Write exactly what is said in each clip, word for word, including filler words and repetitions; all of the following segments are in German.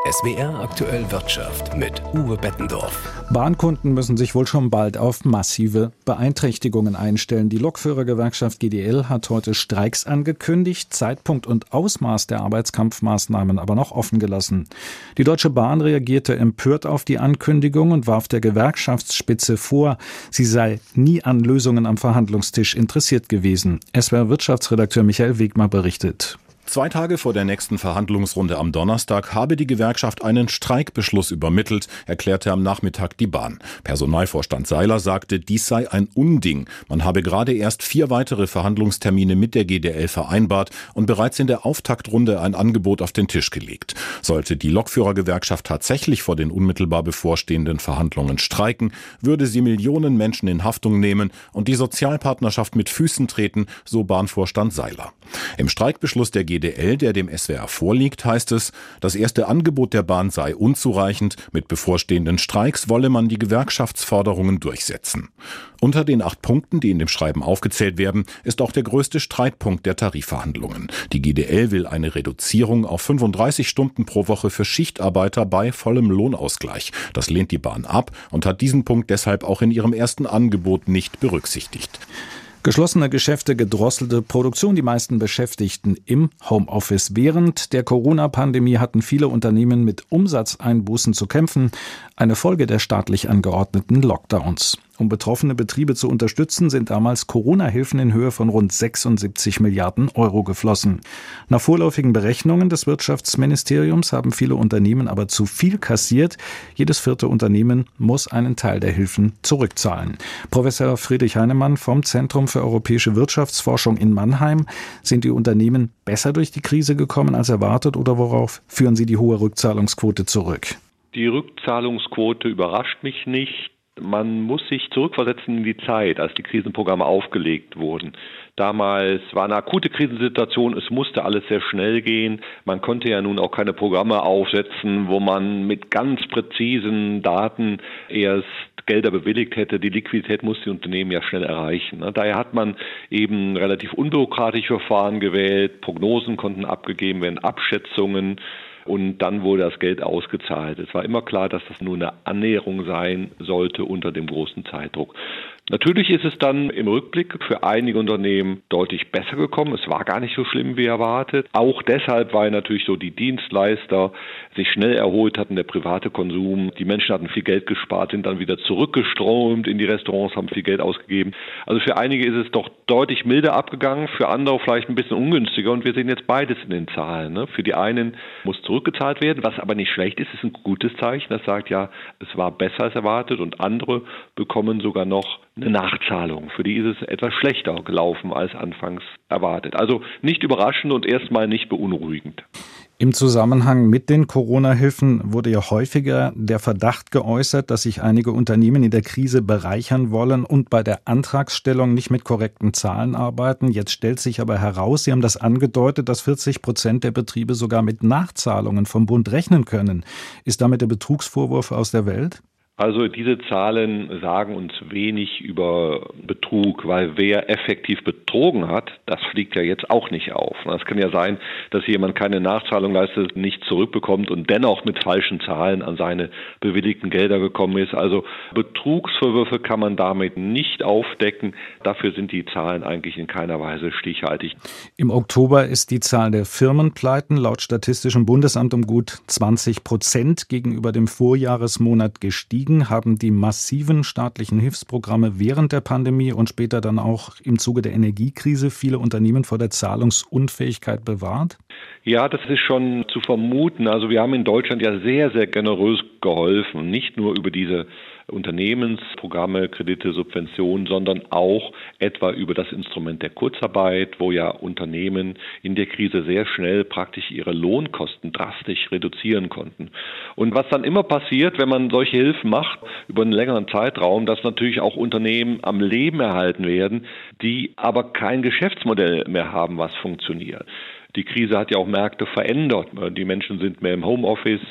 S W R Aktuell Wirtschaft mit Uwe Bettendorf. Bahnkunden müssen sich wohl schon bald auf massive Beeinträchtigungen einstellen. Die Lokführergewerkschaft G D L hat heute Streiks angekündigt, Zeitpunkt und Ausmaß der Arbeitskampfmaßnahmen aber noch offen gelassen. Die Deutsche Bahn reagierte empört auf die Ankündigung und warf der Gewerkschaftsspitze vor, sie sei nie an Lösungen am Verhandlungstisch interessiert gewesen. S W R-Wirtschaftsredakteur Michael Wegmar berichtet. Zwei Tage vor der nächsten Verhandlungsrunde am Donnerstag habe die Gewerkschaft einen Streikbeschluss übermittelt, erklärte am Nachmittag die Bahn. Personalvorstand Seiler sagte, dies sei ein Unding. Man habe gerade erst vier weitere Verhandlungstermine mit der G D L vereinbart und bereits in der Auftaktrunde ein Angebot auf den Tisch gelegt. Sollte die Lokführergewerkschaft tatsächlich vor den unmittelbar bevorstehenden Verhandlungen streiken, würde sie Millionen Menschen in Haftung nehmen und die Sozialpartnerschaft mit Füßen treten, so Bahnvorstand Seiler. Im Streikbeschluss der G D L, der dem S W R vorliegt, heißt es, das erste Angebot der Bahn sei unzureichend, mit bevorstehenden Streiks wolle man die Gewerkschaftsforderungen durchsetzen. Unter den acht Punkten, die in dem Schreiben aufgezählt werden, ist auch der größte Streitpunkt der Tarifverhandlungen. Die G D L will eine Reduzierung auf fünfunddreißig Stunden pro Woche für Schichtarbeiter bei vollem Lohnausgleich. Das lehnt die Bahn ab und hat diesen Punkt deshalb auch in ihrem ersten Angebot nicht berücksichtigt. Geschlossene Geschäfte, gedrosselte Produktion, die meisten Beschäftigten im Homeoffice. Während der Corona-Pandemie hatten viele Unternehmen mit Umsatzeinbußen zu kämpfen, eine Folge der staatlich angeordneten Lockdowns. Um betroffene Betriebe zu unterstützen, sind damals Corona-Hilfen in Höhe von rund sechsundsiebzig Milliarden Euro geflossen. Nach vorläufigen Berechnungen des Wirtschaftsministeriums haben viele Unternehmen aber zu viel kassiert. Jedes vierte Unternehmen muss einen Teil der Hilfen zurückzahlen. Professor Friedrich Heinemann vom Zentrum für europäische Wirtschaftsforschung in Mannheim. Sind die Unternehmen besser durch die Krise gekommen als erwartet oder worauf führen Sie die hohe Rückzahlungsquote zurück? Die Rückzahlungsquote überrascht mich nicht. Man muss sich zurückversetzen in die Zeit, als die Krisenprogramme aufgelegt wurden. Damals war eine akute Krisensituation, es musste alles sehr schnell gehen. Man konnte ja nun auch keine Programme aufsetzen, wo man mit ganz präzisen Daten erst Gelder bewilligt hätte. Die Liquidität muss die Unternehmen ja schnell erreichen. Daher hat man eben relativ unbürokratische Verfahren gewählt, Prognosen konnten abgegeben werden, Abschätzungen. Und dann wurde das Geld ausgezahlt. Es war immer klar, dass das nur eine Annäherung sein sollte unter dem großen Zeitdruck. Natürlich ist es dann im Rückblick für einige Unternehmen deutlich besser gekommen. Es war gar nicht so schlimm wie erwartet. Auch deshalb, weil natürlich so die Dienstleister sich schnell erholt hatten, der private Konsum. Die Menschen hatten viel Geld gespart, sind dann wieder zurückgeströmt in die Restaurants, haben viel Geld ausgegeben. Also für einige ist es doch deutlich milder abgegangen, für andere vielleicht ein bisschen ungünstiger. Und wir sehen jetzt beides in den Zahlen. Ne? Für die einen muss zurückgezahlt werden, was aber nicht schlecht ist, ist ein gutes Zeichen. Das sagt ja, es war besser als erwartet und andere bekommen sogar noch eine Nachzahlung. Für die ist es etwas schlechter gelaufen als anfangs erwartet. Also nicht überraschend und erstmal nicht beunruhigend. Im Zusammenhang mit den Corona-Hilfen wurde ja häufiger der Verdacht geäußert, dass sich einige Unternehmen in der Krise bereichern wollen und bei der Antragsstellung nicht mit korrekten Zahlen arbeiten. Jetzt stellt sich aber heraus, Sie haben das angedeutet, dass vierzig Prozent der Betriebe sogar mit Nachzahlungen vom Bund rechnen können. Ist damit der Betrugsvorwurf aus der Welt? Also diese Zahlen sagen uns wenig über Betrug, weil wer effektiv betrogen hat, das fliegt ja jetzt auch nicht auf. Es kann ja sein, dass jemand keine Nachzahlung leistet, nicht zurückbekommt und dennoch mit falschen Zahlen an seine bewilligten Gelder gekommen ist. Also Betrugsvorwürfe kann man damit nicht aufdecken. Dafür sind die Zahlen eigentlich in keiner Weise stichhaltig. Im Oktober ist die Zahl der Firmenpleiten laut Statistischem Bundesamt um gut zwanzig Prozent gegenüber dem Vorjahresmonat gestiegen. Haben die massiven staatlichen Hilfsprogramme während der Pandemie und später dann auch im Zuge der Energiekrise viele Unternehmen vor der Zahlungsunfähigkeit bewahrt? Ja, das ist schon zu vermuten. Also wir haben in Deutschland ja sehr, sehr generös geholfen, nicht nur über diese Unternehmensprogramme, Kredite, Subventionen, sondern auch etwa über das Instrument der Kurzarbeit, wo ja Unternehmen in der Krise sehr schnell praktisch ihre Lohnkosten drastisch reduzieren konnten. Und was dann immer passiert, wenn man solche Hilfen macht über einen längeren Zeitraum, dass natürlich auch Unternehmen am Leben erhalten werden, die aber kein Geschäftsmodell mehr haben, was funktioniert. Die Krise hat ja auch Märkte verändert. Die Menschen sind mehr im Homeoffice.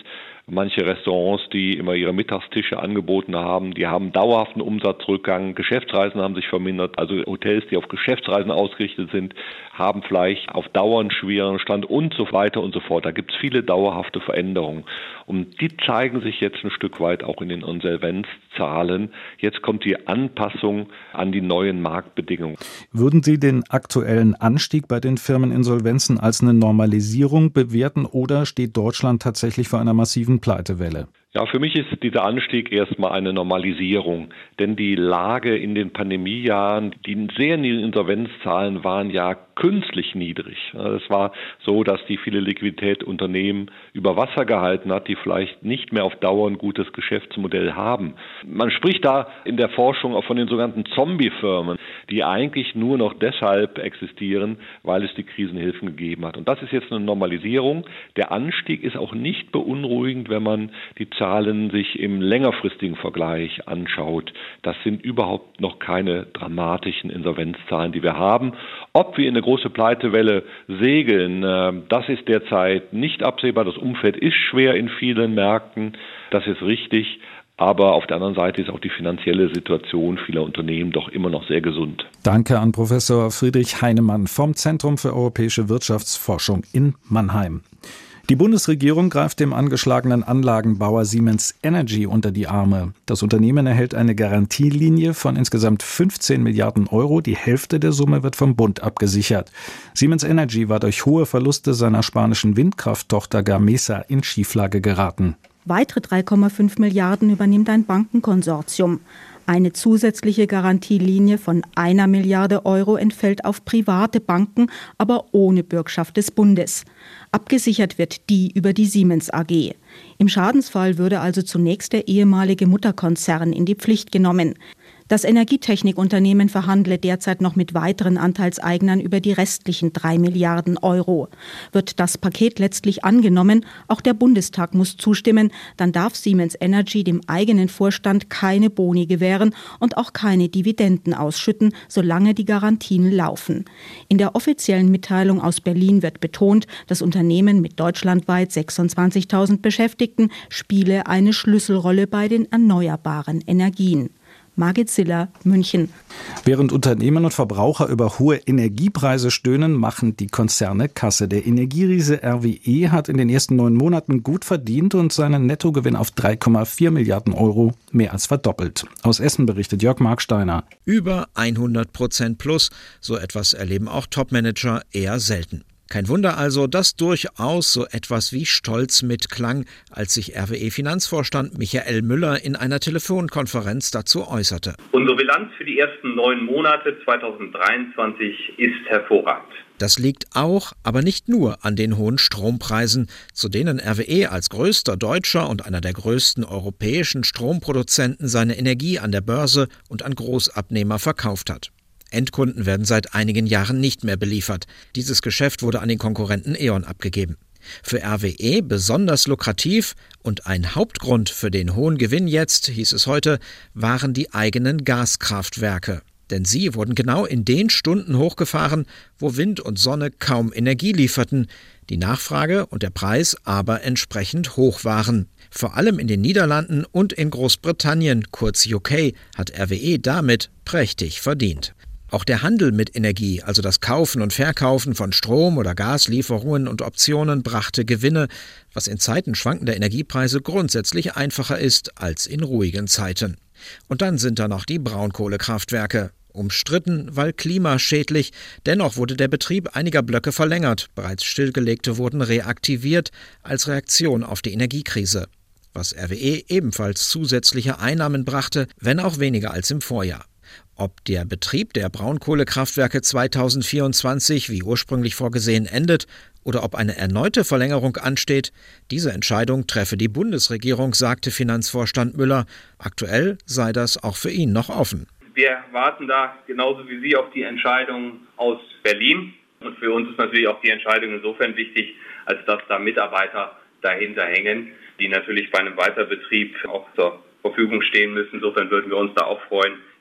Manche Restaurants, die immer ihre Mittagstische angeboten haben, die haben dauerhaften Umsatzrückgang. Geschäftsreisen haben sich vermindert. Also Hotels, die auf Geschäftsreisen ausgerichtet sind, haben vielleicht auf Dauer einen schweren Stand und so weiter und so fort. Da gibt es viele dauerhafte Veränderungen. Und die zeigen sich jetzt ein Stück weit auch in den Insolvenzzahlen. Jetzt kommt die Anpassung an die neuen Marktbedingungen. Würden Sie den aktuellen Anstieg bei den Firmeninsolvenzen als eine Normalisierung bewerten oder steht Deutschland tatsächlich vor einer massiven Pleitewelle? Ja, für mich ist dieser Anstieg erstmal eine Normalisierung, denn die Lage in den Pandemiejahren, die sehr niedrigen Insolvenzzahlen waren ja künstlich niedrig. Es war so, dass die viele Liquidität Unternehmen über Wasser gehalten hat, die vielleicht nicht mehr auf Dauer ein gutes Geschäftsmodell haben. Man spricht da in der Forschung auch von den sogenannten Zombie-Firmen, die eigentlich nur noch deshalb existieren, weil es die Krisenhilfen gegeben hat. Und das ist jetzt eine Normalisierung. Der Anstieg ist auch nicht beunruhigend, wenn man die Zahlen sich im längerfristigen Vergleich anschaut. Das sind überhaupt noch keine dramatischen Insolvenzzahlen, die wir haben. Ob wir in eine große Pleitewelle segeln, das ist derzeit nicht absehbar. Das Umfeld ist schwer in vielen Märkten, das ist richtig. Aber auf der anderen Seite ist auch die finanzielle Situation vieler Unternehmen doch immer noch sehr gesund. Danke an Professor Friedrich Heinemann vom Zentrum für europäische Wirtschaftsforschung in Mannheim. Die Bundesregierung greift dem angeschlagenen Anlagenbauer Siemens Energy unter die Arme. Das Unternehmen erhält eine Garantielinie von insgesamt fünfzehn Milliarden Euro. Die Hälfte der Summe wird vom Bund abgesichert. Siemens Energy war durch hohe Verluste seiner spanischen Windkrafttochter Gamesa in Schieflage geraten. Weitere drei Komma fünf Milliarden übernimmt ein Bankenkonsortium. Eine zusätzliche Garantielinie von einer Milliarde Euro entfällt auf private Banken, aber ohne Bürgschaft des Bundes. Abgesichert wird die über die Siemens A G. Im Schadensfall würde also zunächst der ehemalige Mutterkonzern in die Pflicht genommen. Das Energietechnikunternehmen verhandle derzeit noch mit weiteren Anteilseignern über die restlichen drei Milliarden Euro. Wird das Paket letztlich angenommen, auch der Bundestag muss zustimmen, dann darf Siemens Energy dem eigenen Vorstand keine Boni gewähren und auch keine Dividenden ausschütten, solange die Garantien laufen. In der offiziellen Mitteilung aus Berlin wird betont, das Unternehmen mit deutschlandweit sechsundzwanzigtausend Beschäftigten spiele eine Schlüsselrolle bei den erneuerbaren Energien. Margit Ziller, München. Während Unternehmen und Verbraucher über hohe Energiepreise stöhnen, machen die Konzerne Kasse. Der Energieriese R W E hat in den ersten neun Monaten gut verdient und seinen Nettogewinn auf drei Komma vier Milliarden Euro mehr als verdoppelt. Aus Essen berichtet Jörg Marksteiner. Über hundert Prozent plus. So etwas erleben auch Topmanager eher selten. Kein Wunder also, dass durchaus so etwas wie Stolz mitklang, als sich R W E-Finanzvorstand Michael Müller in einer Telefonkonferenz dazu äußerte. Unsere Bilanz für die ersten neun Monate zweitausenddreiundzwanzig ist hervorragend. Das liegt auch, aber nicht nur an den hohen Strompreisen, zu denen R W E als größter deutscher und einer der größten europäischen Stromproduzenten seine Energie an der Börse und an Großabnehmer verkauft hat. Endkunden werden seit einigen Jahren nicht mehr beliefert. Dieses Geschäft wurde an den Konkurrenten E.ON abgegeben. Für R W E besonders lukrativ und ein Hauptgrund für den hohen Gewinn jetzt, hieß es heute, waren die eigenen Gaskraftwerke. Denn sie wurden genau in den Stunden hochgefahren, wo Wind und Sonne kaum Energie lieferten, die Nachfrage und der Preis aber entsprechend hoch waren. Vor allem in den Niederlanden und in Großbritannien, kurz U K, hat R W E damit prächtig verdient. Auch der Handel mit Energie, also das Kaufen und Verkaufen von Strom- oder Gaslieferungen und Optionen, brachte Gewinne, was in Zeiten schwankender Energiepreise grundsätzlich einfacher ist als in ruhigen Zeiten. Und dann sind da noch die Braunkohlekraftwerke. Umstritten, weil klimaschädlich. Dennoch wurde der Betrieb einiger Blöcke verlängert. Bereits stillgelegte wurden reaktiviert als Reaktion auf die Energiekrise. Was R W E ebenfalls zusätzliche Einnahmen brachte, wenn auch weniger als im Vorjahr. Ob der Betrieb der Braunkohlekraftwerke zweitausendvierundzwanzig wie ursprünglich vorgesehen endet oder ob eine erneute Verlängerung ansteht, diese Entscheidung treffe die Bundesregierung, sagte Finanzvorstand Müller. Aktuell sei das auch für ihn noch offen. Wir warten da genauso wie Sie auf die Entscheidung aus Berlin. Und für uns ist natürlich auch die Entscheidung insofern wichtig, als dass da Mitarbeiter dahinter hängen, die natürlich bei einem Weiterbetrieb auch zur Verfügung stehen müssen. Insofern würden wir uns da auch freuen,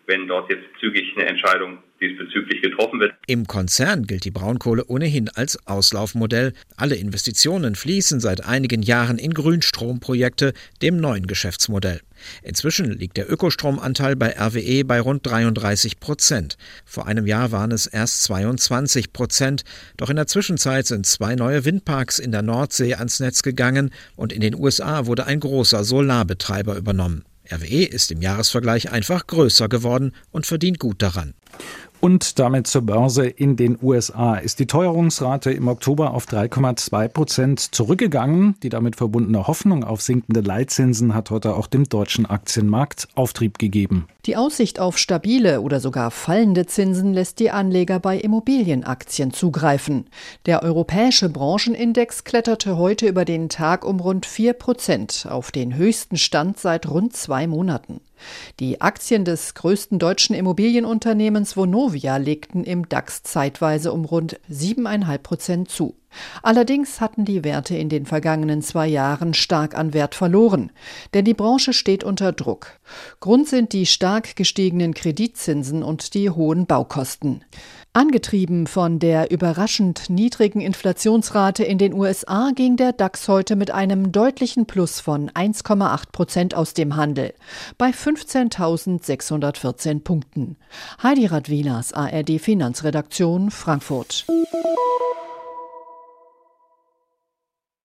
wenn dort jetzt zügig eine Entscheidung diesbezüglich getroffen wird. Im Konzern gilt die Braunkohle ohnehin als Auslaufmodell. Alle Investitionen fließen seit einigen Jahren in Grünstromprojekte, dem neuen Geschäftsmodell. Inzwischen liegt der Ökostromanteil bei R W E bei rund dreiunddreißig Prozent. Vor einem Jahr waren es erst zweiundzwanzig Prozent. Doch in der Zwischenzeit sind zwei neue Windparks in der Nordsee ans Netz gegangen und in den U S A wurde ein großer Solarbetreiber übernommen. R W E ist im Jahresvergleich einfach größer geworden und verdient gut daran. Und damit zur Börse in den U S A. Ist die Teuerungsrate im Oktober auf drei Komma zwei Prozent zurückgegangen. Die damit verbundene Hoffnung auf sinkende Leitzinsen hat heute auch dem deutschen Aktienmarkt Auftrieb gegeben. Die Aussicht auf stabile oder sogar fallende Zinsen lässt die Anleger bei Immobilienaktien zugreifen. Der europäische Branchenindex kletterte heute über den Tag um rund vier Prozent auf den höchsten Stand seit rund zwei Monaten. Die Aktien des größten deutschen Immobilienunternehmens Vonovia legten im DAX zeitweise um rund sieben Komma fünf Prozent zu. Allerdings hatten die Werte in den vergangenen zwei Jahren stark an Wert verloren, denn die Branche steht unter Druck. Grund sind die stark gestiegenen Kreditzinsen und die hohen Baukosten. Angetrieben von der überraschend niedrigen Inflationsrate in den U S A ging der DAX heute mit einem deutlichen Plus von eins Komma acht Prozent aus dem Handel, bei fünfzehntausendsechshundertvierzehn Punkten. Heidi Radwilas, A R D Finanzredaktion, Frankfurt.